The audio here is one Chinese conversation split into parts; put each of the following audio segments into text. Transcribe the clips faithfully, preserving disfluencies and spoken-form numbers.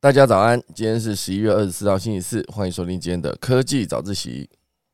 大家早安，今天是十一月二十四号星期四，欢迎收听今天的科技早自习。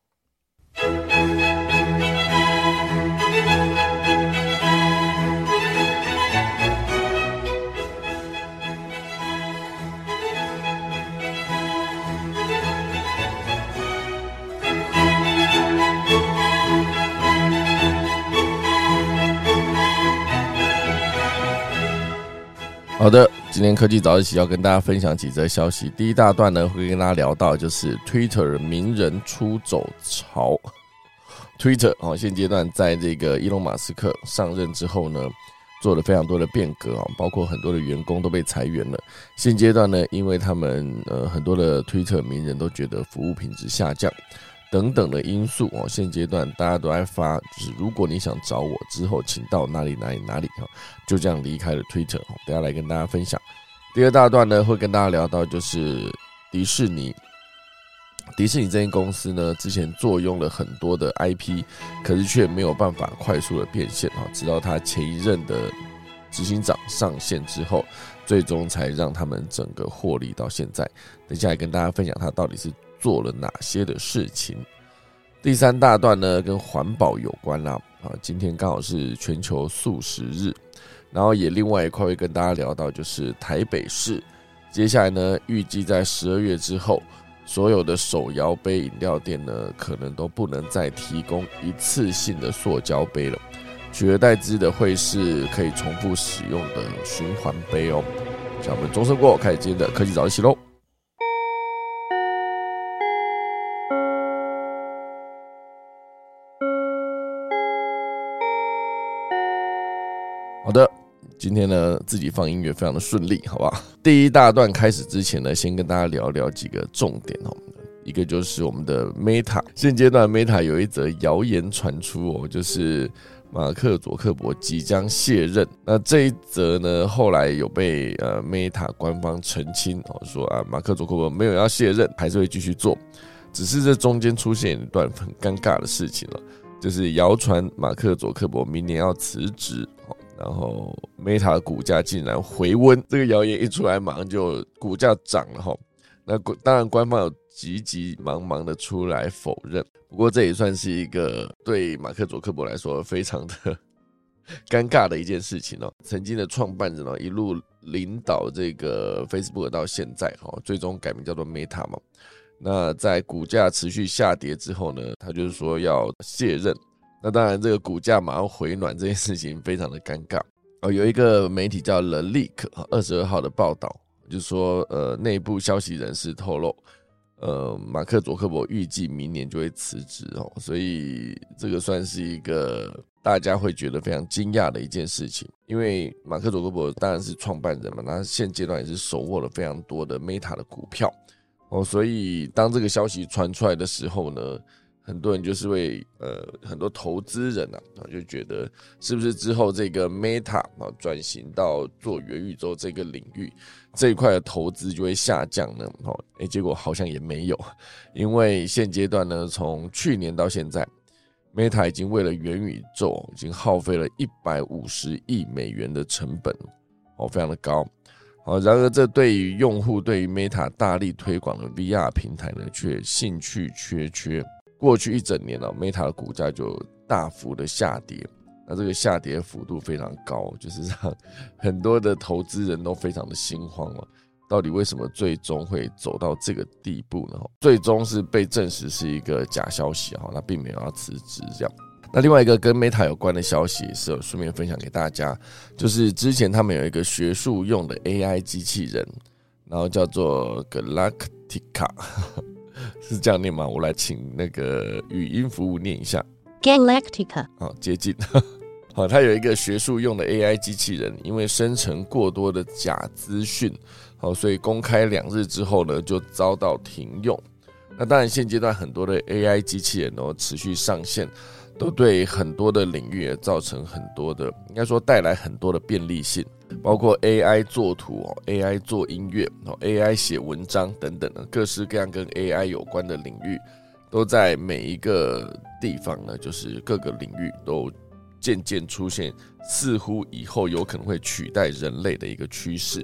好的，今天科技早自习要跟大家分享几则消息。第一大段呢，会跟大家聊到就是 Twitter 名人出走潮。Twitter 哦，现阶段在这个伊隆马斯克上任之后呢，做了非常多的变革哦，包括很多的员工都被裁员了。现阶段呢，因为他们呃很多的 Twitter 名人都觉得服务品质下降等等的因素哦，现阶段大家都在发，就是如果你想找我之后，请到哪里哪里哪里，就这样离开了 Twitter。等一下来跟大家分享。第二大段呢，会跟大家聊到就是迪士尼。迪士尼这间公司呢，之前坐拥了很多的 I P， 可是却没有办法快速的变现，直到他前一任的执行长上线之后，最终才让他们整个获利到现在。等一下来跟大家分享他到底是做了哪些的事情。第三大段呢，跟环保有关啦。今天刚好是全球素食日，然后也另外一块会跟大家聊到，就是台北市接下来呢，预计在十二月之后，所有的手摇杯饮料店呢，可能都不能再提供一次性的塑胶杯了，取而代之的会是可以重复使用的循环杯哦。像我们钟声过后，开始今天的科技早自习喽。好的，今天呢自己放音乐非常的顺利，好不好？第一大段开始之前呢，先跟大家聊聊几个重点哦。一个就是我们的 Meta， 现阶段 Meta 有一则谣言传出哦，就是马克佐克伯即将卸任。那这一则呢，后来有被呃 Meta 官方澄清哦，说啊马克佐克伯没有要卸任，还是会继续做，只是这中间出现一段很尴尬的事情了，就是谣传马克佐克伯明年要辞职。然后 Meta 的股价竟然回温，这个谣言一出来，马上就股价涨了齁。那当然官方有急急忙忙的出来否认，不过这也算是一个对马克佐克伯来说非常的尴尬的一件事情哦。曾经的创办人哦，一路领导这个 Facebook 到现在齁，最终改名叫做 Meta 嘛。那在股价持续下跌之后呢，他就是说要卸任。那当然，这个股价马上回暖这件事情非常的尴尬。哦，有一个媒体叫 The Leak 二十二号的报道，就是说，呃，内部消息人士透露，呃，马克佐克伯预计明年就会辞职哦，所以这个算是一个大家会觉得非常惊讶的一件事情。因为马克佐克伯当然是创办人嘛，那现阶段也是手握了非常多的 Meta 的股票哦，所以当这个消息传出来的时候呢，很多人就是会呃，很多投资人啊，就觉得是不是之后这个 Meta 啊转型到做元宇宙这个领域这一块的投资就会下降呢？哦，哎，结果好像也没有，因为现阶段呢，从去年到现在 ，Meta 已经为了元宇宙已经耗费了一百五十亿美元的成本，哦，非常的高。好，然而这对于用户对于 Meta 大力推广的 V R 平台呢，却兴趣缺缺。过去一整年了 ，Meta 的股价就大幅的下跌，那这个下跌幅度非常高，就是让很多的投资人都非常的心慌了。到底为什么最终会走到这个地步呢？最终是被证实是一个假消息，那并没有要辞职这样。那另外一个跟 Meta 有关的消息是有顺便分享给大家，就是之前他们有一个学术用的 A I 机器人，然后叫做 Galactica。是这样念吗？我来请那个语音服务念一下 Galactica。 好，接近。好，它有一个学术用的 A I 机器人，因为生成过多的假资讯，好，所以公开两日之后呢，就遭到停用。那当然，现阶段很多的 A I 机器人都持续上线，都对很多的领域也造成很多的，应该说带来很多的便利性。包括 A I 作图 A I 做音乐 A I 写文章等等的各式各样跟 A I 有关的领域，都在每一个地方呢，就是各个领域都渐渐出现似乎以后有可能会取代人类的一个趋势。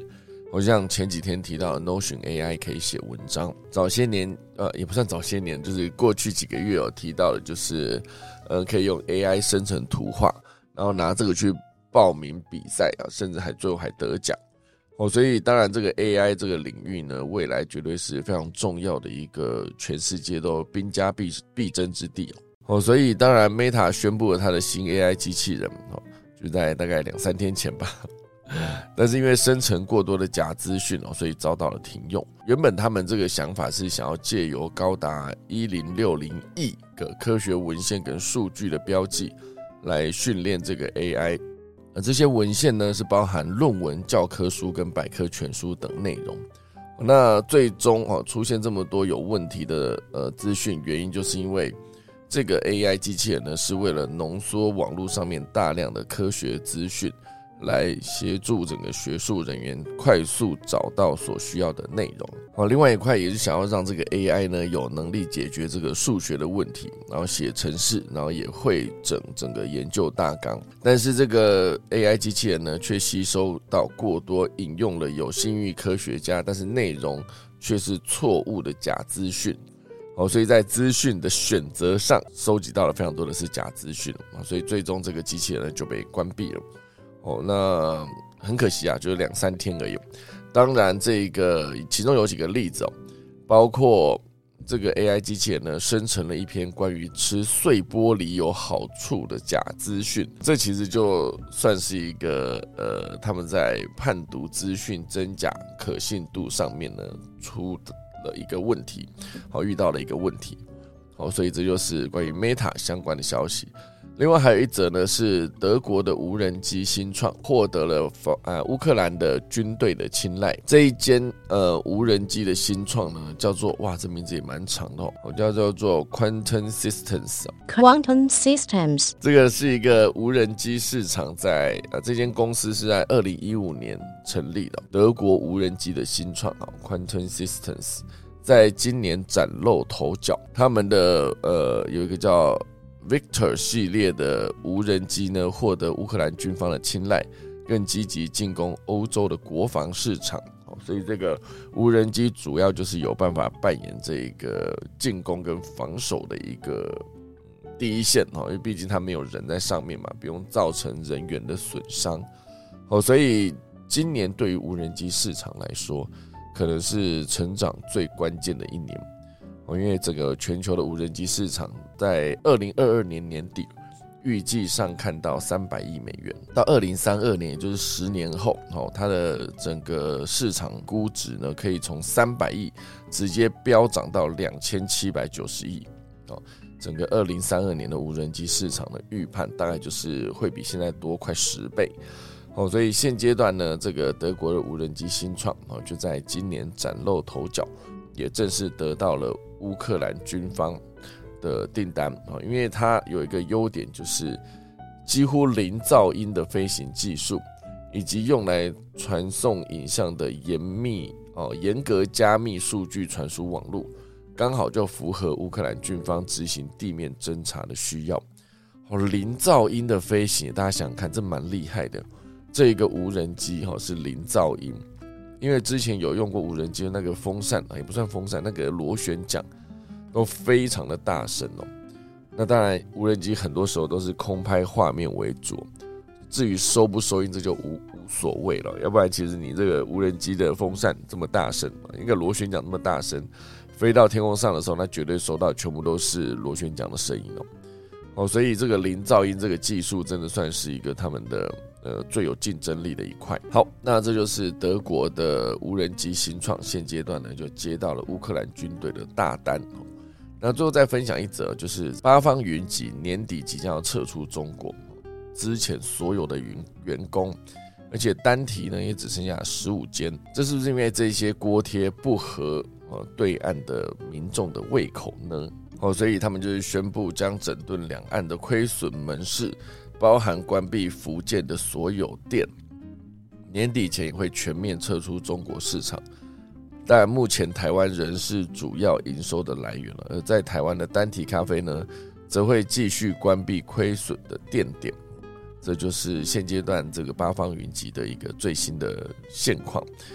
好像前几天提到的 Notion A I 可以写文章，早些年呃也不算早些年，就是过去几个月有提到的，就是呃可以用 A I 生成图画，然后拿这个去报名比赛啊，甚至还最后还得奖哦。所以当然这个 A I 这个领域呢，未来绝对是非常重要的一个全世界都兵家必必争之地哦。所以当然 Meta 宣布了它的新 A I 机器人哦，就在大概两三天前吧。但是因为生成过多的假资讯，所以遭到了停用。原本他们这个想法是想要借由高达一千六百亿个科学文献跟数据的标记来训练这个 A I， 而这些文献呢是包含论文、教科书跟百科全书等内容。那最终出现这么多有问题的呃资讯，原因就是因为这个 A I 机器人呢是为了浓缩网络上面大量的科学资讯，来协助整个学术人员快速找到所需要的内容。另外一块也是想要让这个 A I 呢有能力解决这个数学的问题，然后写程式，然后也会整整个研究大纲。但是这个 A I 机器人呢却吸收到过多引用了有信誉科学家，但是内容却是错误的假资讯。所以在资讯的选择上收集到了非常多的是假资讯，所以最终这个机器人就被关闭了。哦，那很可惜啊，就是两三天而已。当然，这个其中有几个例子哦，包括这个 A I 机器人呢生成了一篇关于吃碎玻璃有好处的假资讯，这其实就算是一个呃他们在判读资讯真假可信度上面呢出了一个问题，好，遇到了一个问题。好，所以这就是关于 Meta 相关的消息。另外还有一则呢，是德国的无人机新创获得了呃乌克兰的军队的青睐。这一间呃无人机的新创呢，叫做哇，这名字也蛮长的哦，叫叫做 Quantum Systems。Quantum Systems 这个是一个无人机市场在，在呃这间公司是在二零一五年成立的，德国无人机的新创啊 ，Quantum Systems 在今年崭露头角。他们的呃有一个叫Victor 系列的无人机呢，获得乌克兰军方的青睐，更积极进攻欧洲的国防市场。所以这个无人机主要就是有办法扮演这个进攻跟防守的一个第一线，因为毕竟它没有人在上面嘛，不用造成人员的损伤。所以今年对于无人机市场来说，可能是成长最关键的一年。因为整个全球的无人机市场在二零二二年年底预计上看到三百亿美元，到二零三二年也就是十年后，它的整个市场估值呢可以从三百亿直接飙涨到两千七百九十亿。整个二零三二年的无人机市场的预判大概就是会比现在多快十倍。所以现阶段呢，这个德国的无人机新创就在今年崭露头角，也正式得到了乌克兰军方的订单。因为它有一个优点，就是几乎零噪音的飞行技术，以及用来传送影像的严密严格加密数据传输网络，刚好就符合乌克兰军方执行地面侦察的需要。零噪音的飞行，大家想想看，这蛮厉害的。这个无人机是零噪音，因为之前有用过无人机的那个风扇，也不算风扇，那个螺旋桨都非常的大声哦。那当然，无人机很多时候都是空拍画面为主，至于收不收音，这就 无, 无所谓了。要不然，其实你这个无人机的风扇这么大声，一个螺旋桨那么大声，飞到天空上的时候，那绝对收到全部都是螺旋桨的声音哦。哦，所以这个零噪音这个技术真的算是一个他们的呃最有竞争力的一块。好，那这就是德国的无人机新创，现阶段呢就接到了乌克兰军队的大单。那最后再分享一则，就是八方云集年底即将要撤出中国，之前所有的员工，而且单体呢也只剩下十五间，这是不是因为这些锅贴不合对岸的民众的胃口呢？哦，所以他们就是宣布将整顿两岸的亏损门市，包含关闭福建的所有店，年底前也会全面撤出中国市场。当然，目前台湾仍是主要营收的来源了，而在台湾的单体咖啡呢，则会继续关闭亏损的店点。这就是现阶段这个八方云集的一个最新的现况。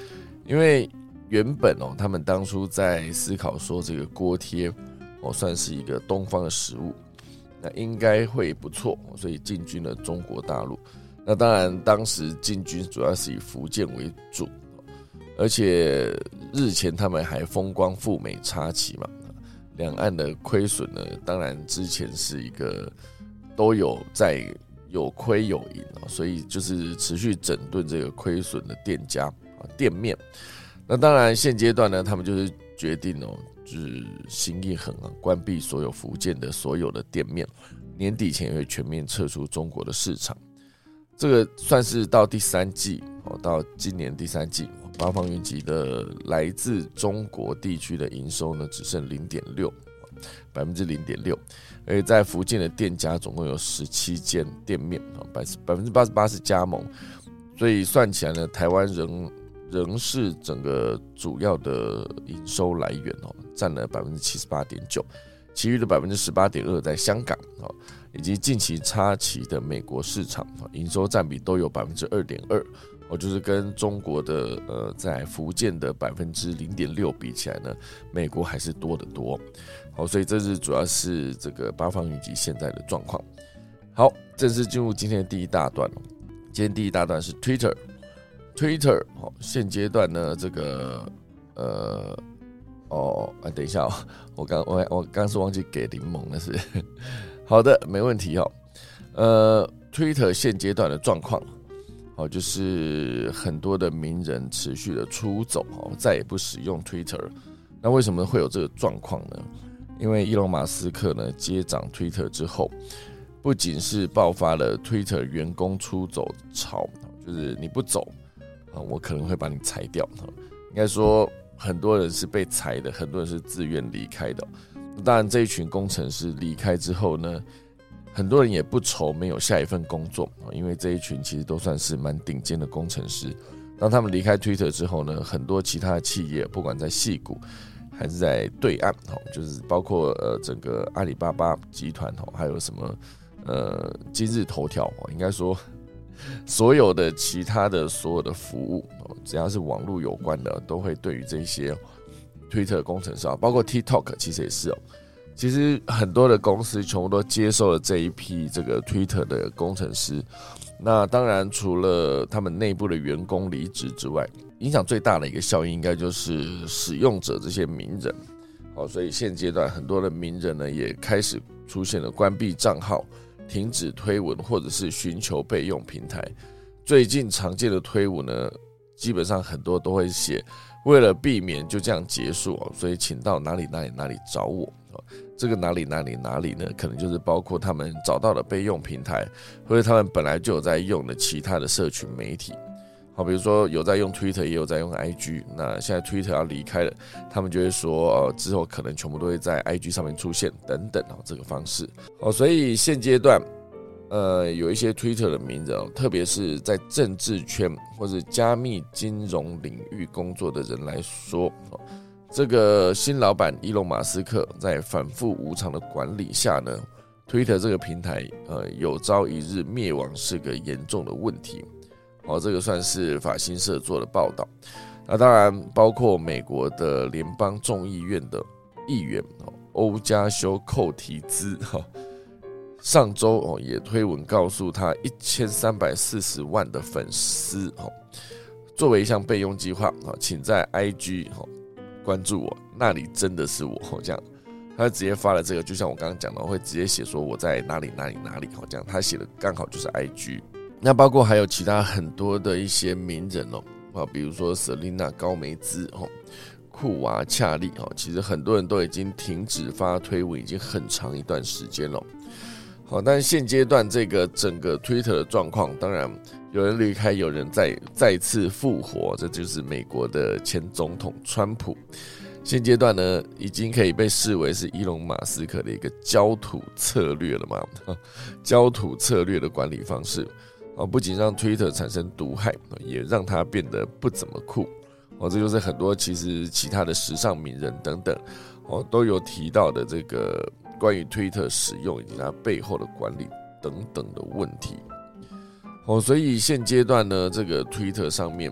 因为原本哦，他们当初在思考说这个锅贴哦，算是一个东方的食物，那应该会不错，所以进军了中国大陆。那当然，当时进军主要是以福建为主，而且日前他们还风光赴美插旗嘛，两岸的亏损呢，当然之前是一个都有在有亏有盈，所以就是持续整顿这个亏损的店家店面。那当然现阶段呢，他们就是决定哦，就是心一横啊，关闭所有福建的所有的店面，年底前也会全面撤出中国的市场。这个算是到第三季，到今年第三季，八方云集的来自中国地区的营收呢，只剩 零点六，百分之零点六，而且在福建的店家总共有十七间店面，百分之八十八是加盟，所以算起来呢，台湾仍仍是整个主要的营收来源哦，占了百分之七十八点九，其余的百分之十八点二在香港哦，以及近期插旗的美国市场，营收占比都有百分之二点二。哦，就是跟中国的呃，在福建的百分之零点六比起来呢，美国还是多得多。好，所以这是主要是这个八方云集现在的状况。好，正式进入今天的第一大段。今天第一大段是 Twitter，Twitter 好，现阶段呢，这个呃哦，啊，等一下哦，我刚我我刚是忘记给柠檬了，是好的，没问题哦。呃 ，Twitter 现阶段的状况。好，就是很多的名人持续的出走，再也不使用 Twitter。那为什么会有这个状况呢？因为伊隆马斯克呢接掌 Twitter 之后，不仅是爆发了 Twitter 员工出走潮，就是你不走，我可能会把你裁掉。应该说，很多人是被裁的，很多人是自愿离开的。当然，这一群工程师离开之后呢，很多人也不愁没有下一份工作，因为这一群其实都算是蛮顶尖的工程师。当他们离开 Twitter 之后呢，很多其他的企业，不管在矽谷还是在对岸，就是包括呃整个阿里巴巴集团，还有什么呃今日头条，应该说所有的其他的所有的服务，只要是网络有关的，都会对于这些 Twitter 工程师，包括 TikTok 其实也是哦。其实很多的公司全部都接受了这一批这个 Twitter 的工程师。那当然，除了他们内部的员工离职之外，影响最大的一个效应，应该就是使用者这些名人。好，所以现阶段很多的名人呢，也开始出现了关闭账号、停止推文，或者是寻求备用平台。最近常见的推文呢，基本上很多都会写，为了避免就这样结束，所以请到哪里哪里哪里找我。这个哪里哪里哪里呢，可能就是包括他们找到的备用平台，或者他们本来就有在用的其他的社群媒体。好，比如说有在用 Twitter， 也有在用 I G。那现在 Twitter 要离开了，他们就会说，呃，之后可能全部都会在 I G 上面出现等等这个方式。好，所以现阶段，呃，有一些 Twitter 的名人，特别是在政治圈或者加密金融领域工作的人来说，这个新老板伊隆马斯克在反复无常的管理下呢 ，Twitter 这个平台呃有朝一日灭亡是个严重的问题。好，这个算是法新社做的报道。那当然包括美国的联邦众议院的议员欧加修寇提兹，上周也推文告诉他一千三百四十万的粉丝，作为一项备用计划，请在 I G。关注我，那里真的是我这样，他直接发了这个，就像我刚刚讲的，会直接写说我在哪里哪里哪里这样，他写的刚好就是 I G。那包括还有其他很多的一些名人哦，比如说 Selina 高梅兹哦，库娃恰利哦，其实很多人都已经停止发推文，已经很长一段时间了。好，但现阶段这个整个 Twitter 的状况，当然有人离开，有人再再次复活，这就是美国的前总统川普。现阶段呢，已经可以被视为是伊隆马斯克的一个焦土策略了嘛？焦土策略的管理方式，不仅让 Twitter 产生毒害，也让它变得不怎么酷。这就是很多其实其他的时尚名人等等都有提到的这个关于 Twitter 使用以及它背后的管理等等的问题。所以现阶段呢，这个 Twitter 上面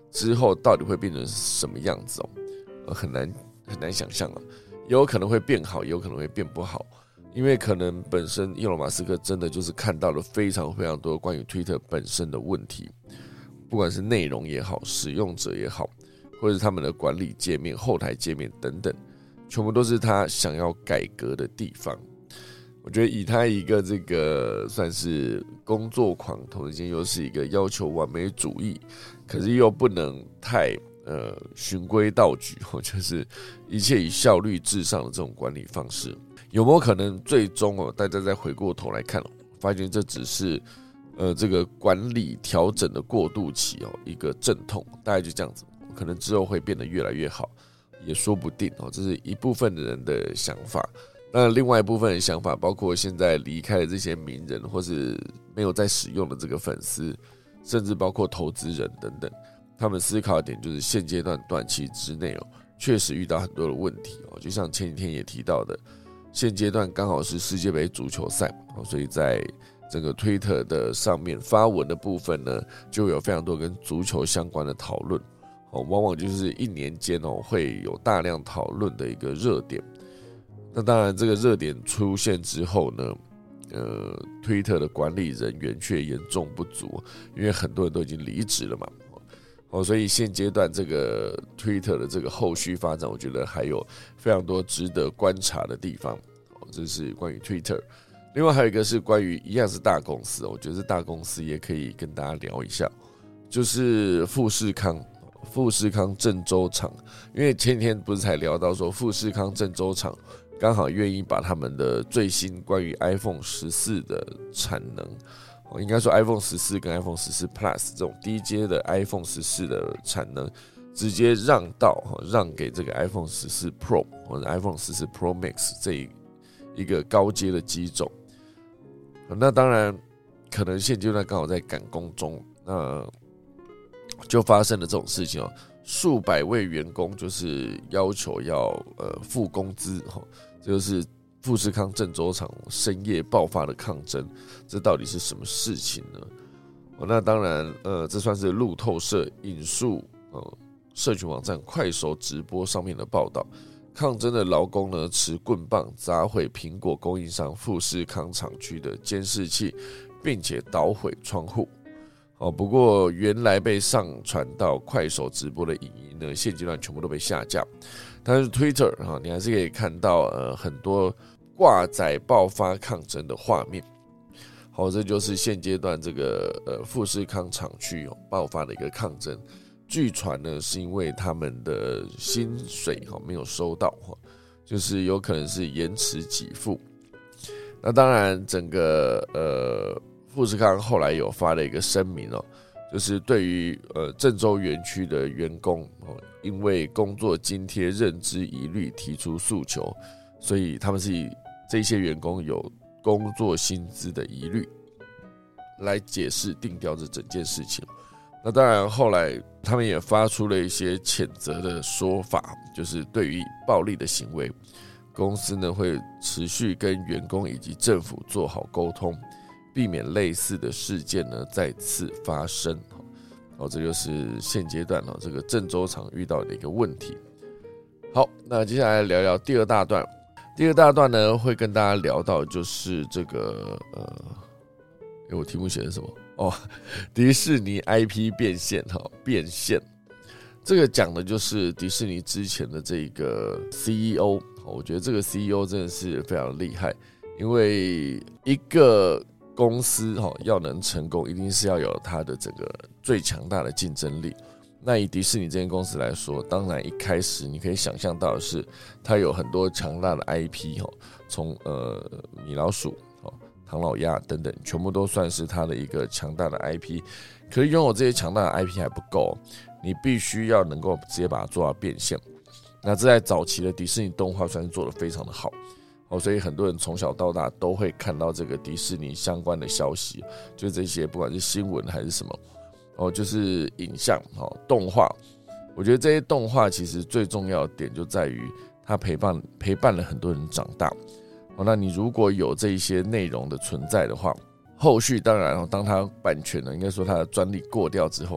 之后到底会变成什么样子哦，呃、很难很难想象啊，也有可能会变好，也有可能会变不好，因为可能本身伊隆马斯克真的就是看到了非常非常多关于 Twitter 本身的问题，不管是内容也好，使用者也好，或者是他们的管理界面、后台界面等等，全部都是他想要改革的地方。我觉得以他一个这个算是工作狂，同时间又是一个要求完美主义，可是又不能太呃循规蹈矩，就是一切以效率至上的这种管理方式，有没有可能最终哦，大家再回过头来看，发现这只是呃这个管理调整的过渡期哦，一个阵痛，大概就这样子，可能之后会变得越来越好，也说不定哦，这是一部分的人的想法。那另外一部分的想法，包括现在离开的这些名人，或是没有在使用的这个粉丝，甚至包括投资人等等，他们思考的点就是现阶段短期之内哦，确实遇到很多的问题哦，就像前几天也提到的，现阶段刚好是世界杯足球赛，所以在整个推特的上面发文的部分呢，就有非常多跟足球相关的讨论，往往就是一年间会有大量讨论的一个热点。那当然，这个热点出现之后呢，呃，推特的管理人员却严重不足，因为很多人都已经离职了嘛。哦，所以现阶段这个推特的这个后续发展，我觉得还有非常多值得观察的地方。哦，这是关于推特。另外还有一个是关于一样是大公司，我觉得是大公司也可以跟大家聊一下，就是富士康。富士康郑州厂，因为前几天不是才聊到说富士康郑州厂刚好愿意把他们的最新关于 iPhone 十四的产能，应该说 iPhone 十四跟 iPhone 十四 Plus 这种低阶的 iPhone 十四的产能直接让到让给这个 iPhone 十四 Pro 或者 iPhone 十四 Pro Max 这一个高阶的机种。那当然可能现阶段刚好在赶工中，那就发生了这种事情哦，数百位员工就是要求要呃付工资，这就是富士康郑州厂深夜爆发的抗争，这到底是什么事情呢？哦，那当然，呃，这算是路透社引述呃社群网站快手直播上面的报道，抗争的劳工呢持棍棒砸毁苹果供应商富士康厂区的监视器，并且捣毁窗户。哦，不过原来被上传到快手直播的影音呢，现阶段全部都被下架。但是 Twitter 哈，你还是可以看到呃很多挂载爆发抗争的画面。好，这就是现阶段这个呃富士康厂区有爆发的一个抗争。据传呢，是因为他们的薪水哈没有收到哈，就是有可能是延迟给付。那当然，整个呃。富士康后来有发了一个声明哦，就是对于呃郑州园区的员工哦，因为工作津贴认知疑虑提出诉求，所以他们是以这些员工有工作薪资的疑虑来解释定调这整件事情。那当然后来他们也发出了一些谴责的说法，就是对于暴力的行为，公司呢会持续跟员工以及政府做好沟通，避免类似的事件呢再次发生。好，这就是现阶段这个郑州厂遇到的一个问题。好，那接下来聊聊第二大段。第二大段呢，会跟大家聊到就是这个呃，欸、我题目写的什么？哦，迪士尼 I P 变现哈，变现。这个讲的就是迪士尼之前的这个 C E O， 我觉得这个 C E O 真的是非常厉害，因为一个公司要能成功，一定是要有它的整个最强大的竞争力。那以迪士尼这间公司来说，当然一开始你可以想象到的是，它有很多强大的 I P， 从呃米老鼠、唐老鸭等等，全部都算是它的一个强大的 I P。可是拥有这些强大的 I P 还不够，你必须要能够直接把它做到变现。那这在早期的迪士尼动画算是做得非常的好。哦，所以很多人从小到大都会看到这个迪士尼相关的消息，就是这些不管是新闻还是什么，哦，就是影像、哦、动画。我觉得这些动画其实最重要的点就在于它陪伴陪伴了很多人长大。哦，那你如果有这一些内容的存在的话，后续当然当它版权呢，应该说它的专利过掉之后，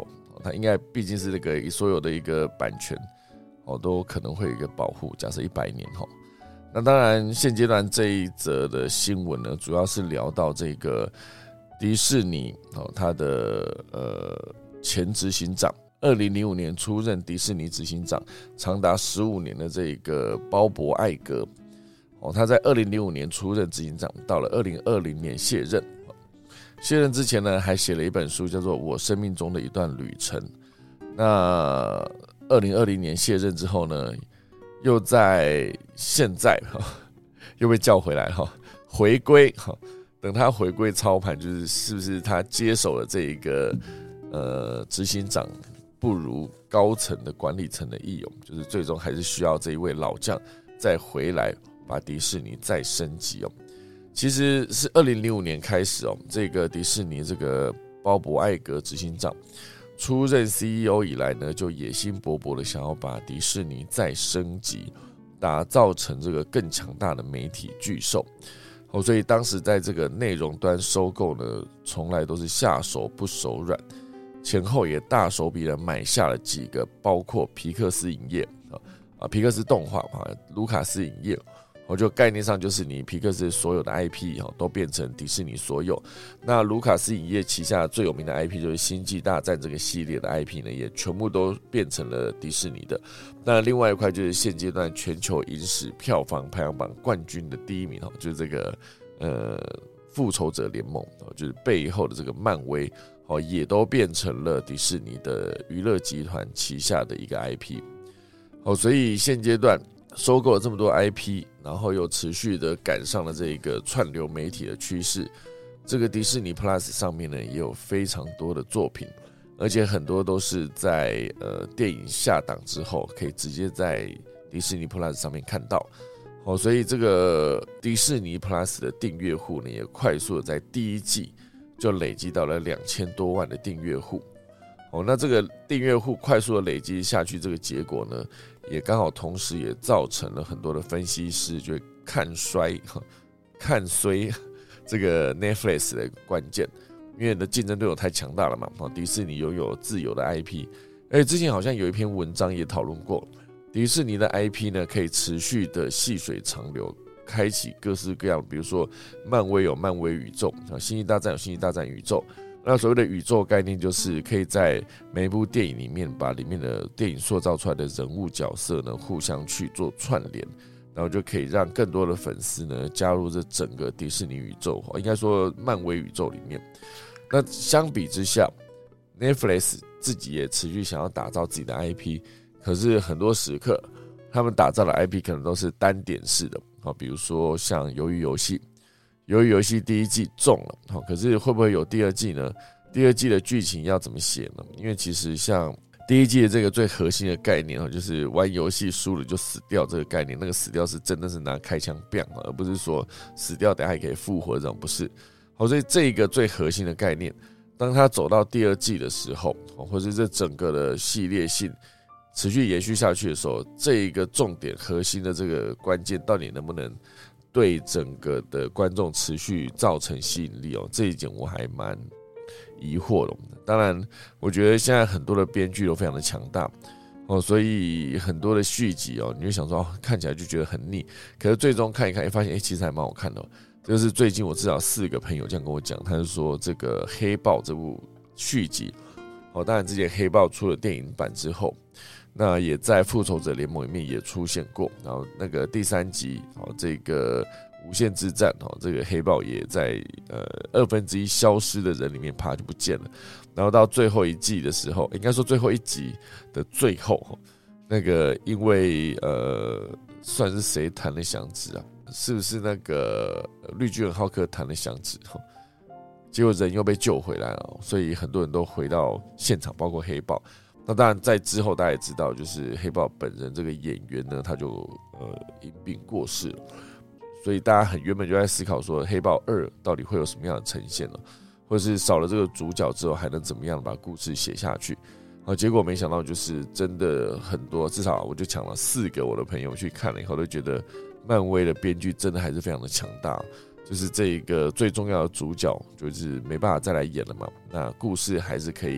它应该毕竟是那个所有的一个版权哦，都可能会有一个保护。假设一百年哈，那当然现阶段这一则的新闻呢，主要是聊到这个迪士尼哦，它的呃前执行长，二零零五年出任迪士尼执行长，长达十五年的这个鲍勃艾格哦，他在二零零五年出任执行长，到了二零二零年卸任。卸任之前呢，还写了一本书，叫做《我生命中的一段旅程》。那二零二零年卸任之后呢，又在现在又被叫回来哈，回归哈。等他回归操盘，就是是不是他接手了这一个呃执行长不如高层的管理层的义勇，就是最终还是需要这一位老将再回来把迪士尼再升级哦。其实是二零零五年开始哦，这个迪士尼这个鲍勃艾格执行长出任 C E O 以来呢，就野心勃勃的想要把迪士尼再升级，打造成这个更强大的媒体巨兽。哦，所以当时在这个内容端收购呢，从来都是下手不手软，前后也大手笔的买下了几个，包括皮克斯影业啊，皮克斯动画啊，卢卡斯影业。我就概念上就是你皮克斯所有的 I P 都变成迪士尼所有，那卢卡斯影业旗下最有名的 I P 就是星际大战这个系列的 I P 呢，也全部都变成了迪士尼的。那另外一块就是现阶段全球影史票房排行榜冠军的第一名，就是这个呃复仇者联盟，就是背后的这个漫威，也都变成了迪士尼的娱乐集团旗下的一个 I P。所以现阶段收购了这么多 I P， 然后又持续的赶上了这个串流媒体的趋势。这个迪士尼 Plus 上面呢，也有非常多的作品，而且很多都是在呃电影下档之后，可以直接在迪士尼 Plus 上面看到。哦，所以这个迪士尼 Plus 的订阅户呢，也快速的在第一季就累积到了两千多万的订阅户。哦，那这个订阅户快速的累积下去，这个结果呢，也刚好同时也造成了很多的分析师就会看衰、看衰这个 Netflix 的关键，因为你的竞争对手太强大了嘛。迪士尼拥有自有的 I P， 而且之前好像有一篇文章也讨论过，迪士尼的 I P 呢可以持续的细水长流，开启各式各样，比如说漫威有漫威宇宙，星际大战有星际大战宇宙。那所谓的宇宙概念，就是可以在每一部电影里面把里面的电影塑造出来的人物角色呢，互相去做串联，然后就可以让更多的粉丝呢加入这整个迪士尼宇宙，应该说漫威宇宙里面。那相比之下 ，Netflix 自己也持续想要打造自己的 I P， 可是很多时刻他们打造的 I P 可能都是单点式的，比如说像鱿鱼游戏。鱿鱼游戏第一季中了，可是会不会有第二季呢？第二季的剧情要怎么写呢？因为其实像第一季的这个最核心的概念，就是玩游戏输了就死掉这个概念，那个死掉是真的是拿开枪 bang， 而不是说死掉等下还可以复活这种，不是。好，所以这个最核心的概念，当它走到第二季的时候，或是这整个的系列性持续延续下去的时候，这一个重点核心的这个关键到底能不能对整个的观众持续造成吸引力哦，这一点我还蛮疑惑的。当然，我觉得现在很多的编剧都非常的强大哦，所以很多的续集哦，你会想说哦，看起来就觉得很腻，可是最终看一看，发现哎，其实还蛮好看的。这是最近我至少四个朋友这样跟我讲，他就说这个《黑豹》这部续集哦，当然之前《黑豹》出了电影版之后。那也在复仇者联盟里面也出现过，然后那个第三集，这个无限之战，这个黑豹也在呃二分之一消失的人里面啪就不见了，然后到最后一季的时候，应该说最后一集的最后，那个因为呃算是谁弹了响指啊？是不是那个绿巨人浩克弹了响指？结果人又被救回来了，所以很多人都回到现场，包括黑豹。那当然，在之后大家也知道，就是黑豹本人这个演员呢，他就呃因病过世了，所以大家很原本就在思考说，黑豹二到底会有什么样的呈现呢？或者是少了这个主角之后，还能怎么样把故事写下去？啊，结果没想到就是真的很多，至少我就抢了四个我的朋友去看了以后，都觉得漫威的编剧真的还是非常的强大。就是这一个最重要的主角，就是没办法再来演了嘛，那故事还是可以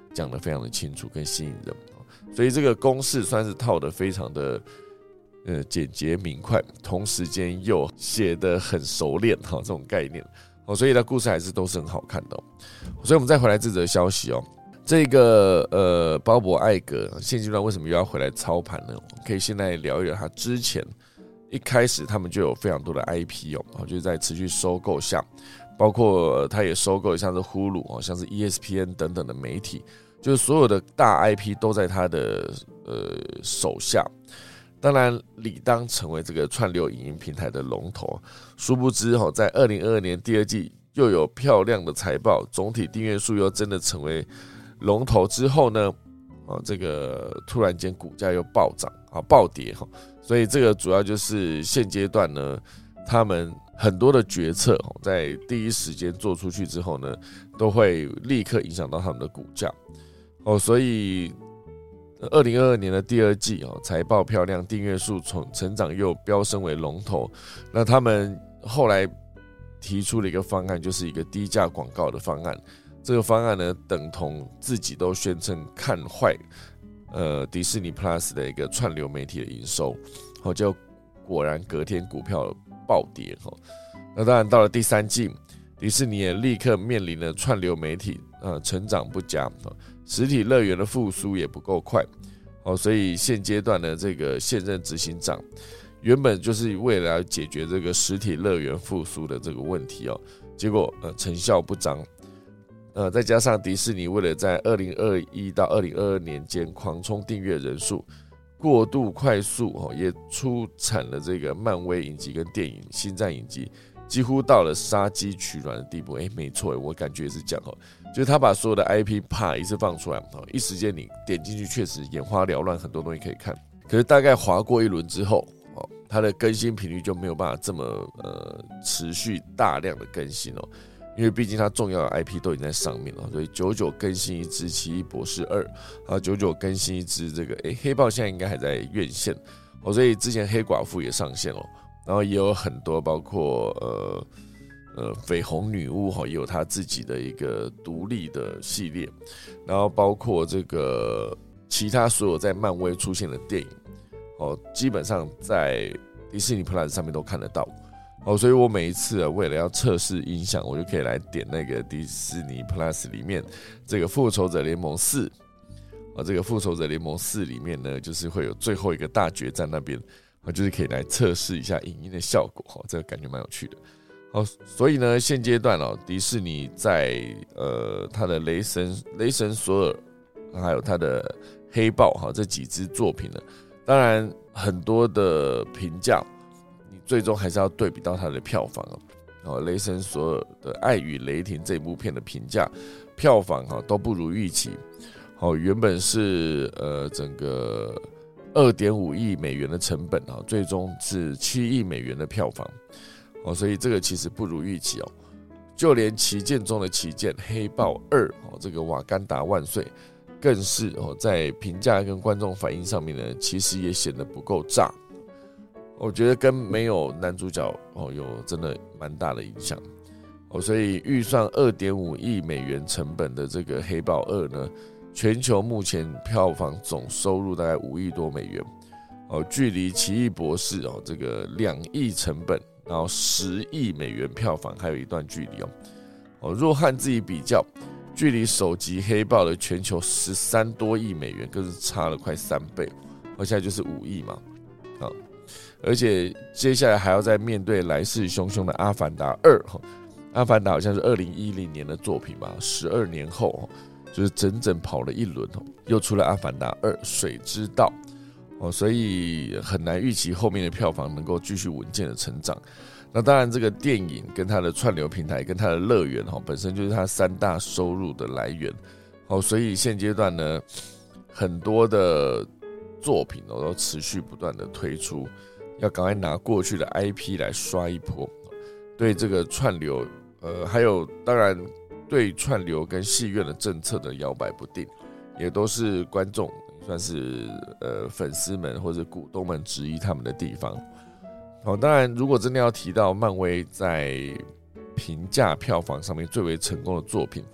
讲得非常的清楚跟吸引人，所以这个公式算是套得非常的呃简洁明快，同时间又写得很熟练哈，这种概念，所以呢故事还是都是很好看的。所以我们再回来这则消息哦，这个呃鲍勃艾格现阶段为什么又要回来操盘呢？可以现在聊一聊他之前一开始他们就有非常多的 I P 哦，就是在持续收购下，包括他也收购像是 Hulu 像是 E S P N 等等的媒体，就是所有的大 I P 都在他的呃手下。当然理当成为这个串流影音平台的龙头，殊不知在二零二二年第二季又有漂亮的财报，总体订阅数又真的成为龙头之后呢，这个突然间股价又暴涨啊暴跌，所以这个主要就是现阶段呢，他们很多的决策在第一时间做出去之后呢，都会立刻影响到他们的股价哦，所以二零二二年的第二季财报漂亮，订阅数成长又飙升为龙头。那他们后来提出了一个方案，就是一个低价广告的方案。这个方案呢，等同自己都宣称看坏呃迪士尼 Plus 的一个串流媒体的营收，就果然隔天股票暴跌。那当然到了第三季，迪士尼也立刻面临了串流媒体呃成长不佳，实体乐园的复苏也不够快，所以现阶段的这个现任执行长原本就是为了要解决这个实体乐园复苏的这个问题哦，结果呃成效不彰，呃再加上迪士尼为了在二零二一到二零二二年间狂冲订阅人数，过度快速哦，也出产了这个漫威影集跟电影星战影集，几乎到了杀鸡取卵的地步。哎，没错，我感觉也是这样哦。就是他把所有的 I P 啪一次放出来，一时间你点进去确实眼花缭乱，很多东西可以看。可是大概滑过一轮之后，它的更新频率就没有办法这么呃持续大量的更新哦，因为毕竟它重要的 I P 都已经在上面了，所以久久更新一支《奇异博士二》，啊，久久更新一支这个哎黑豹现在应该还在院线哦，所以之前黑寡妇也上线了，然后也有很多包括呃。呃，绯红女巫也有她自己的一个独立的系列，然后包括这个其他所有在漫威出现的电影，哦，基本上在迪士尼 Plus 上面都看得到，哦，所以我每一次啊，为了要测试音响，我就可以来点那个迪士尼 Plus 里面这个复仇者联盟四，哦，这个复仇者联盟四里面呢，就是会有最后一个大决战那边，哦，就是可以来测试一下影音的效果，哦，这个感觉蛮有趣的。好，所以呢，现阶段哦，迪士尼在呃它的雷神、雷神索尔，还有它的黑豹哈这几支作品呢，当然很多的评价，你最终还是要对比到它的票房哦。雷神索尔的《爱与雷霆》这部片的评价、票房哈都不如预期。好，原本是呃整个二点五亿美元的成本啊，最终是七亿美元的票房。哦，所以这个其实不如预期哦，就连旗舰中的旗舰《黑豹二》哦，这个瓦干达万岁，更是哦在评价跟观众反应上面呢，其实也显得不够炸。我觉得跟没有男主角哦有真的蛮大的影响哦，所以预算二点五亿美元成本的这个《黑豹二》呢，全球目前票房总收入大概五亿多美元哦，距离《奇异博士》哦这个两亿成本。然后十亿美元票房还有一段距离哦。哦，若和自己比较，距离首集黑豹的全球十三多亿美元，更是差了快三倍。而现在就是五亿嘛，啊，而且接下来还要再面对来势汹汹的《阿凡达二》。阿凡达好像是二零一零年的作品吧，十二年后就是整整跑了一轮，又出了《阿凡达二：水之道》。哦，所以很难预期后面的票房能够继续稳健的成长。那当然，这个电影跟它的串流平台跟它的乐园本身就是它三大收入的来源。哦，所以现阶段呢，很多的作品都持续不断的推出，要赶快拿过去的 I P 来刷一波。对这个串流，呃，还有当然对串流跟戏院的政策的摇摆不定，也都是观众。算是呃粉丝们或者股东们质疑他们的地方。好，当然，如果真的要提到漫威在评价票房上面最为成功的作品，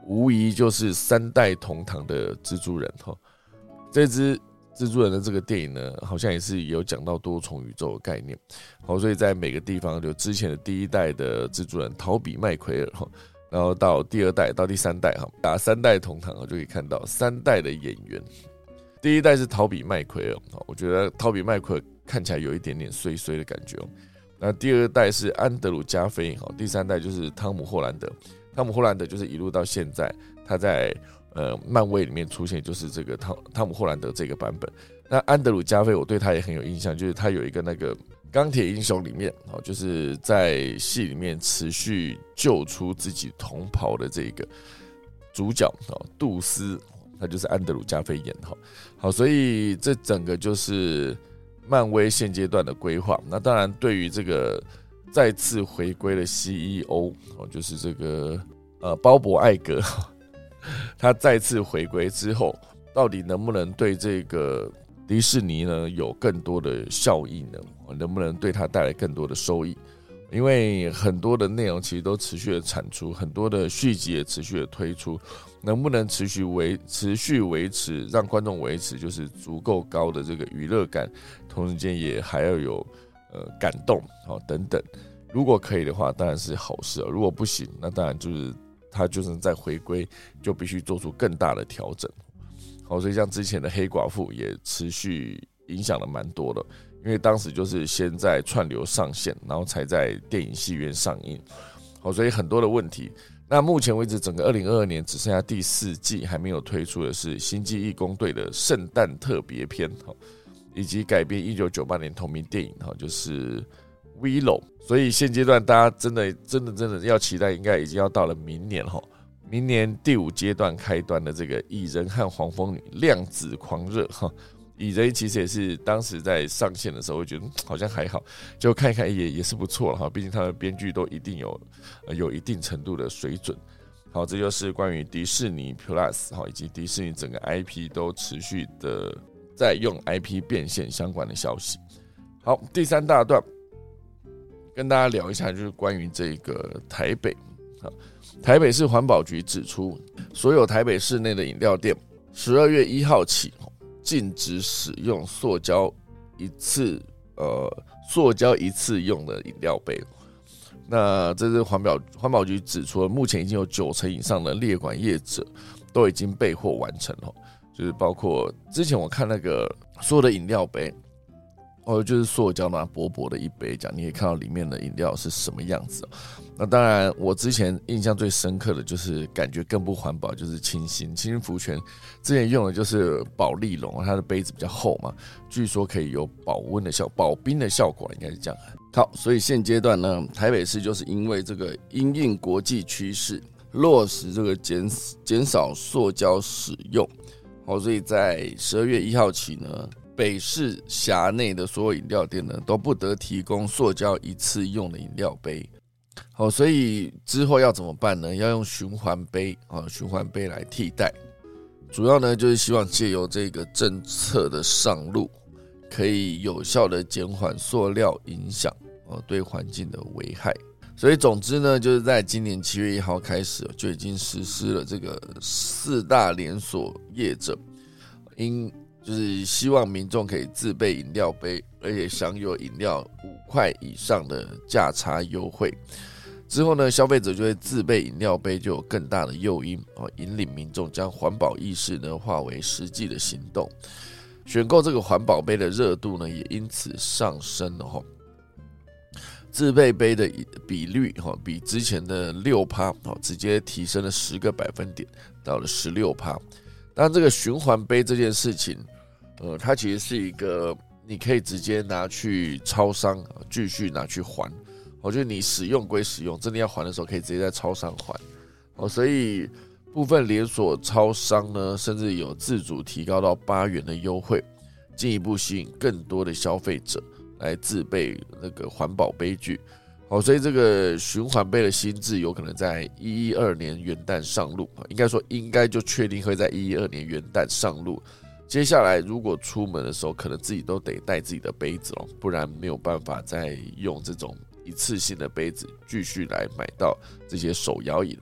无疑就是三代同堂的蜘蛛人哈。这支蜘蛛人的这个电影呢，好像也是有讲到多重宇宙的概念，好，所以在每个地方，就之前的第一代的蜘蛛人陶比麦奎尔哈，然后到第二代到第三代哈，打三代同堂就可以看到三代的演员。第一代是陶比麦奎尔，我觉得陶比麦奎尔看起来有一点点衰衰的感觉。那第二代是安德鲁加菲，第三代就是汤姆霍兰德。汤姆霍兰德就是一路到现在，他在呃漫威里面出现，就是这个汤汤姆霍兰德这个版本。那安德鲁加菲，我对他也很有印象，就是他有一个那个钢铁英雄里面，就是在戏里面持续救出自己同袍的这个主角杜斯，他就是安德鲁加菲演的。好，所以这整个就是漫威现阶段的规划。那当然，对于这个再次回归的 C E O， 就是这个呃鲍勃艾格，他再次回归之后，到底能不能对这个迪士尼呢有更多的效益呢？能不能对他带来更多的收益？因为很多的内容其实都持续的产出，很多的续集也持续的推出，能不能持续维持续维持，让观众维持就是足够高的这个娱乐感，同时间也还要有呃感动等等。如果可以的话，当然是好事；如果不行，那当然就是他就是在回归，就必须做出更大的调整。好，所以像之前的黑寡妇也持续影响了蛮多的。因为当时就是先在串流上线，然后才在电影戏院上映，好，所以很多的问题。那目前为止，整个二零二二年只剩下第四季还没有推出的是《星际义工队》的圣诞特别篇，以及改编一九九八年同名电影，就是《Willow》。所以现阶段大家真的真的真的要期待，应该已经要到了明年哈，明年第五阶段开端的这个蚁人和黄蜂女量子狂热哈。蚁人其实也是当时在上线的时候，我觉得好像还好，就看一看也也是不错了哈。毕竟他的编剧都一定有、呃、有一定程度的水准。好，这就是关于迪士尼 Plus 哈以及迪士尼整个 I P 都持续的在用 I P 变现相关的消息。好，第三大段跟大家聊一下，就是关于这个台北。台北市环保局指出，所有台北市内的饮料店十二月一号起禁止使用塑胶一次呃塑胶一次用的饮料杯。那这是环保环保局指出，目前已经有九成以上的列管业者都已经备货完成了，就是包括之前我看那个所有的饮料杯，哦，就是塑胶嘛，薄薄的一杯，这样你可以看到里面的饮料是什么样子。那当然，我之前印象最深刻的就是感觉更不环保，就是清新清新福泉之前用的就是保丽龙，它的杯子比较厚嘛，据说可以有保温的效保冰的效果，应该是这样。好，所以现阶段呢，台北市就是因为这个因应国际趋势，落实这个减减少塑胶使用，好，所以在十二月一号起呢，北市辖内的所有饮料店呢都不得提供塑胶一次用的饮料杯。好，所以之后要怎么办呢？要用循环杯啊，循环杯来替代。主要呢就是希望借由这个政策的上路，可以有效的减缓塑料影响啊对环境的危害。所以总之呢，就是在今年七月一号开始就已经实施了这个四大连锁业者，因就是希望民众可以自备饮料杯，而且享有饮料五块以上的价差优惠。之后呢，消费者就会自备饮料杯，就有更大的诱因，引领民众将环保意识呢化为实际的行动。选购这个环保杯的热度呢，也因此上升了。自备杯的比率比之前的 百分之六 直接提升了十个百分点，到了 百分之十六。当然，这个循环杯这件事情，呃，它其实是一个你可以直接拿去超商继续拿去还。我觉得你使用归使用，真的要还的时候可以直接在超商还。哦，所以部分连锁超商呢，甚至有自主提高到八元的优惠，进一步吸引更多的消费者来自备那个环保杯具。好，所以这个循环杯的新制有可能在一一二年元旦上路，应该说应该就确定会在一一二年元旦上路。接下来如果出门的时候，可能自己都得带自己的杯子，不然没有办法再用这种一次性的杯子继续来买到这些手摇饮。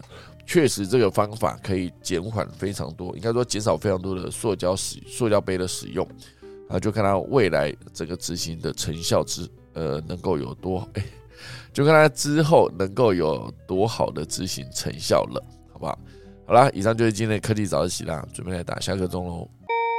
确实这个方法可以减缓非常多，应该说减少非常多的塑胶使塑胶杯的使用啊，就看它未来整个执行的成效之呃能够有多，哎，就看它之后能够有多好的执行成效了，好不好？好啦，以上就是今天的科技早自习啦，准备来打下课钟喽。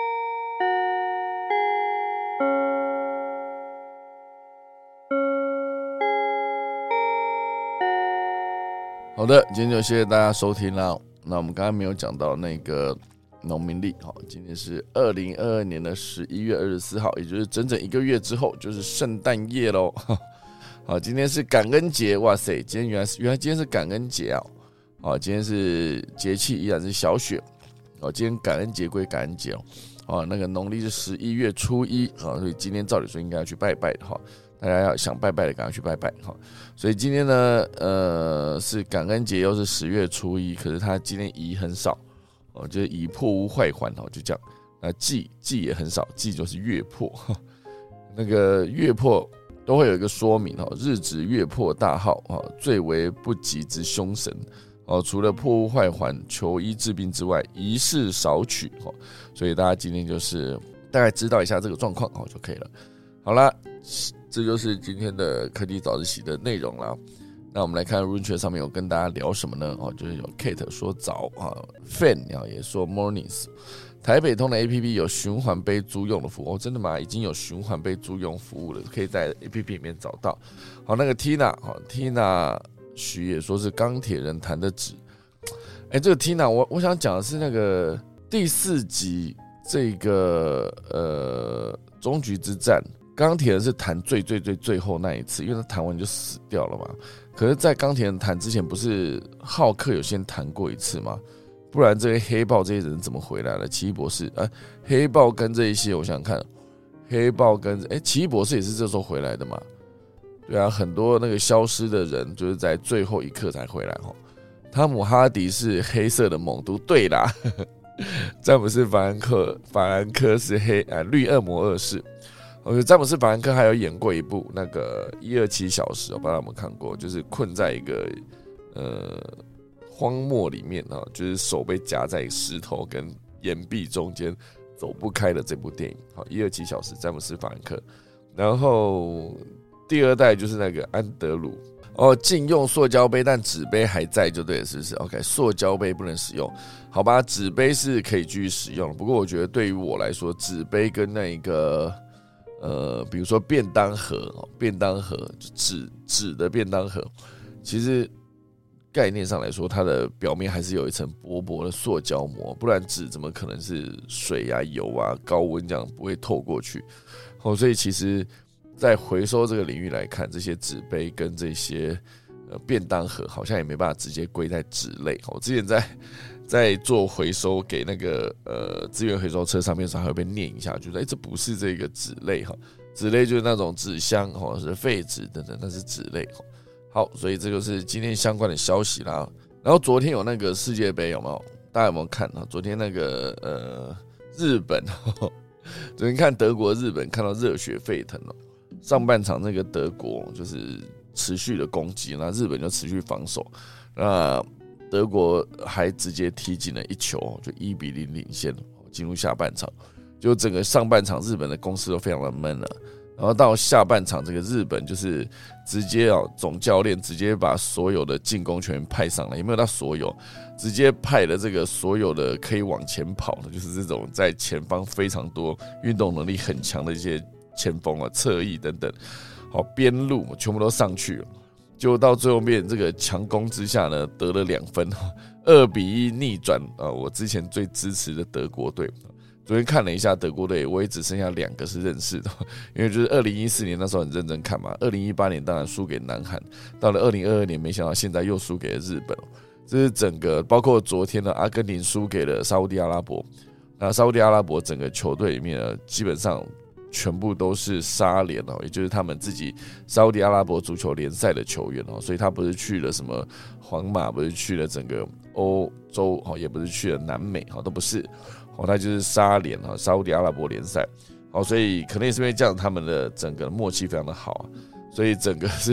好的，今天就谢谢大家收听啦。那我们刚刚没有讲到那个农民历，好，今天是二零二二年的十一月二十四号，也就是整整一个月之后，就是圣诞夜喽。好，今天是感恩节，哇塞，今天原来是原来今天是感恩节啊！好，今天是节气依然是小雪，哦，今天感恩节归感恩节哦，哦，那个农历是十一月初一，啊，所以今天照理说应该要去拜拜的哈，大家要想拜拜的赶快去拜拜哈。所以今天呢，呃，是感恩节，又是十月初一，可是他今天宜很少，哦，就是宜破屋坏还，哦，就这样。那忌忌也很少，忌就是月破，那个月破都会有一个说明哦，日指月破大号啊，最为不吉之凶神。哦，除了破屋坏还、求医治病之外，宜事少取哦。所以大家今天就是大概知道一下这个状况哦就可以了。好啦，这就是今天的科技早自习的内容啦。那我们来看 RuneTrade 上面有跟大家聊什么呢？哦，就是有 Kate 说早啊 ，Fan 也说 Mornings。台北通的 A P P 有循环杯租用的服务哦，真的吗？已经有循环杯租用服务了，可以在 A P P 里面找到。好，那个 Tina 好 Tina。徐也说是钢铁人弹的纸，哎、欸，这个 Tina， 我我想讲的是那个第四集这个呃终局之战，钢铁人是弹最最最最后那一次，因为他弹完就死掉了嘛。可是，在钢铁人弹之前，不是浩克有先弹过一次吗？不然这些黑豹这些人怎么回来了？奇异博士，啊、呃，黑豹跟这一些，我想想看，黑豹跟哎、欸，奇异博士也是这时候回来的嘛。对啊，很多那个消失的人就是在最后一刻才回来哈。汤姆哈迪是黑色的猛毒，对啦，詹姆斯法兰克法兰克是黑啊绿恶魔二世。我觉得詹姆斯法兰克还有演过一部那个一二七小时，我不知道有没有看过，就是困在一个呃荒漠里面啊，就是手被夹在石头跟岩壁中间走不开的这部电影。好，一二七小时，詹姆斯法兰克，然后。第二代就是那个安德鲁哦，禁用塑胶杯，但纸杯还在就对了，是不是 ？OK， 塑胶杯不能使用，好吧？纸杯是可以继续使用，不过我觉得对于我来说，纸杯跟那个呃，比如说便当盒，便当盒纸纸的便当盒，其实概念上来说，它的表面还是有一层薄薄的塑胶膜，不然纸怎么可能是水啊、油啊、高温这样不会透过去？哦，所以其实。在回收这个领域来看，这些纸杯跟这些呃便当盒好像也没办法直接归在纸类。我之前在在做回收给那个呃资源回收车上面的时候，还会被念一下，觉得哎、欸、这不是这个纸类哈，纸类就是那种纸箱或者是废纸等等，那是纸类。好，所以这就是今天相关的消息啦。然后昨天有那个世界杯有没有？大家有没有看啊？昨天那个呃日本，昨天看德国日本看到热血沸腾哦。上半场那个德国就是持续的攻击，那日本就持续防守，那德国还直接踢进了一球，就一比零领先，进入下半场。就整个上半场日本的攻势都非常的闷了，然后到下半场这个日本就是直接哦，总教练直接把所有的进攻权派上来，有没有到所有？直接派了这个所有的可以往前跑的，就是这种在前方非常多运动能力很强的一些。前锋啊、侧翼等等，好边路全部都上去了，就到最后面这个强攻之下呢，得了两分，二比一逆转啊！我之前最支持的德国队，昨天看了一下德国队，我也只剩下两个是认识的，因为就是二零一四年那时候很认真看嘛，二零一八年当然输给南韩，到了二零二二年，没想到现在又输给了日本，这是整个包括昨天的阿根廷输给了沙烏地阿拉伯，那沙烏地阿拉伯整个球队里面呢，基本上。全部都是沙联哦，也就是他们自己沙烏地阿拉伯足球联赛的球员哦，所以他不是去了什么皇马，不是去了整个欧洲哦，也不是去了南美哦，都不是哦，他就是沙联哦，沙烏地阿拉伯联赛哦，所以可能也是因为这样，他们的整个默契非常的好啊，所以整个是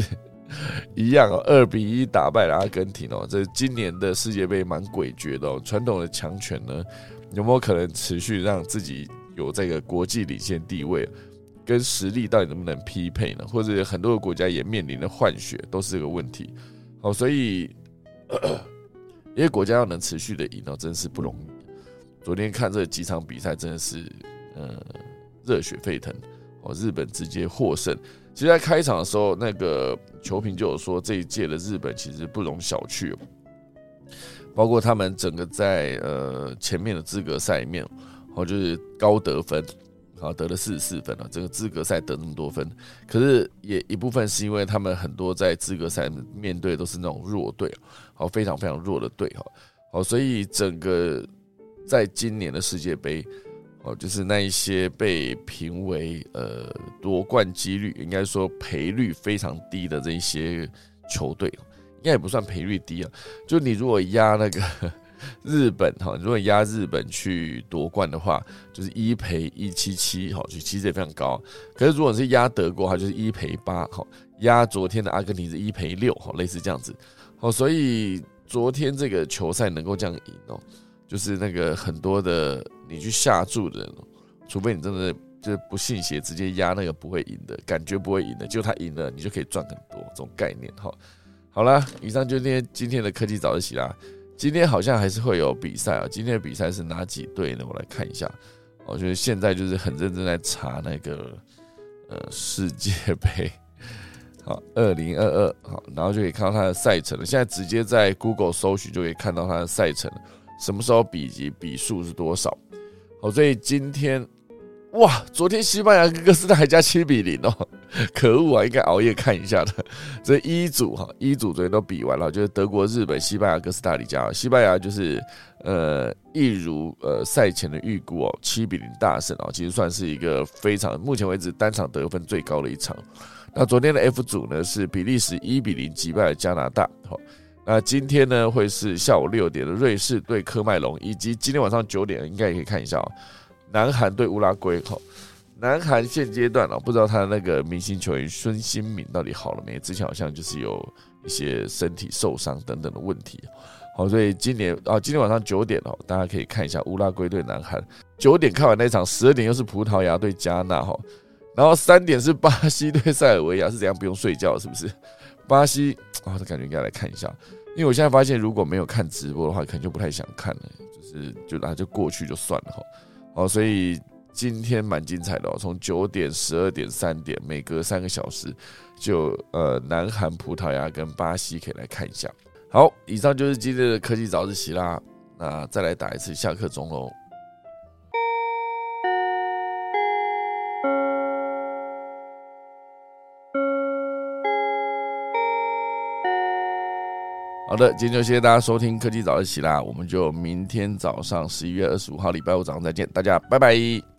一样哦，二比一打败了阿根廷哦。这今年的世界杯蛮诡谲的哦，传统的强权呢，有没有可能持续让自己有这个国际领先地位？跟实力到底能不能匹配呢？或者很多的国家也面临了换血，都是这个问题。好，所以因为国家要能持续的赢哦，真是不容易。昨天看这几场比赛，真的是呃热血沸腾哦，日本直接获胜。其实，在开场的时候，那个球评就有说，这一届的日本其实不容小觑，包括他们整个在呃前面的资格赛里面，哦就是高得分。好，得了四十四分了，这个资格赛得那么多分，可是也一部分是因为他们很多在资格赛面对都是那种弱队，好，非常非常弱的队，好，所以整个在今年的世界杯，哦，就是那一些被评为呃夺冠几率，应该说赔率非常低的这一些球队，应该也不算赔率低啊，就你如果压那个。日本哈，如果压日本去夺冠的话，就是一赔一七七，哈，其实也非常高。可是如果是压德国，它就是一赔八，哈，压昨天的阿根廷是一赔六，哈，类似这样子。好，所以昨天这个球赛能够这样赢哦，就是那个很多的你去下注的人，除非你真的就是不信邪，直接压那个不会赢的，感觉不会赢的，就他赢了，你就可以赚很多这种概念。哈，好啦，以上就是今天的科技早自习啦。今天好像还是会有比赛啊！今天的比赛是哪几队呢？我来看一下。我觉得现在就是很认真在查那个呃世界杯，好，二零二二，好，然后就可以看到它的赛程了。现在直接在 Google 搜寻就可以看到它的赛程了，什么时候比及比数是多少。好，所以今天哇，昨天西班牙跟哥斯达还加七比零哦，可恶啊！应该熬夜看一下的。这一组哈，一组昨天都比完了，就是德国、日本、西班牙、哥斯达黎加。西班牙就是呃，一如呃赛前的预估哦，七比零大胜哦，其实算是一个非常目前为止单场得分最高的一场。那昨天的 F 组呢是比利时一比零击败了加拿大。好，那今天呢会是下午六点的瑞士对科麦隆，以及今天晚上九点应该也可以看一下哦。南韩对乌拉圭，南韩现阶段不知道他的那个明星球员孙兴慜到底好了没？之前好像就是有一些身体受伤等等的问题，好，所以今年啊，今天晚上九点哦，大家可以看一下乌拉圭对南韩。九点看完那一场，十二点又是葡萄牙对加纳哈，然后三点是巴西对塞尔维亚，是怎样不用睡觉是不是？巴西啊，这感觉应该来看一下，因为我现在发现如果没有看直播的话，可能就不太想看了，就是就那就过去就算了哈。好，所以今天蛮精彩的哦，从九点、十二点、三点，每隔三个小时就呃南韩、葡萄牙跟巴西可以来看一下。好，以上就是今天的科技早自习啦，那再来打一次下课钟喽。好的，今天就谢谢大家收听科技早自习啦，我们就明天早上十一月二十五号礼拜五早上再见，大家拜拜。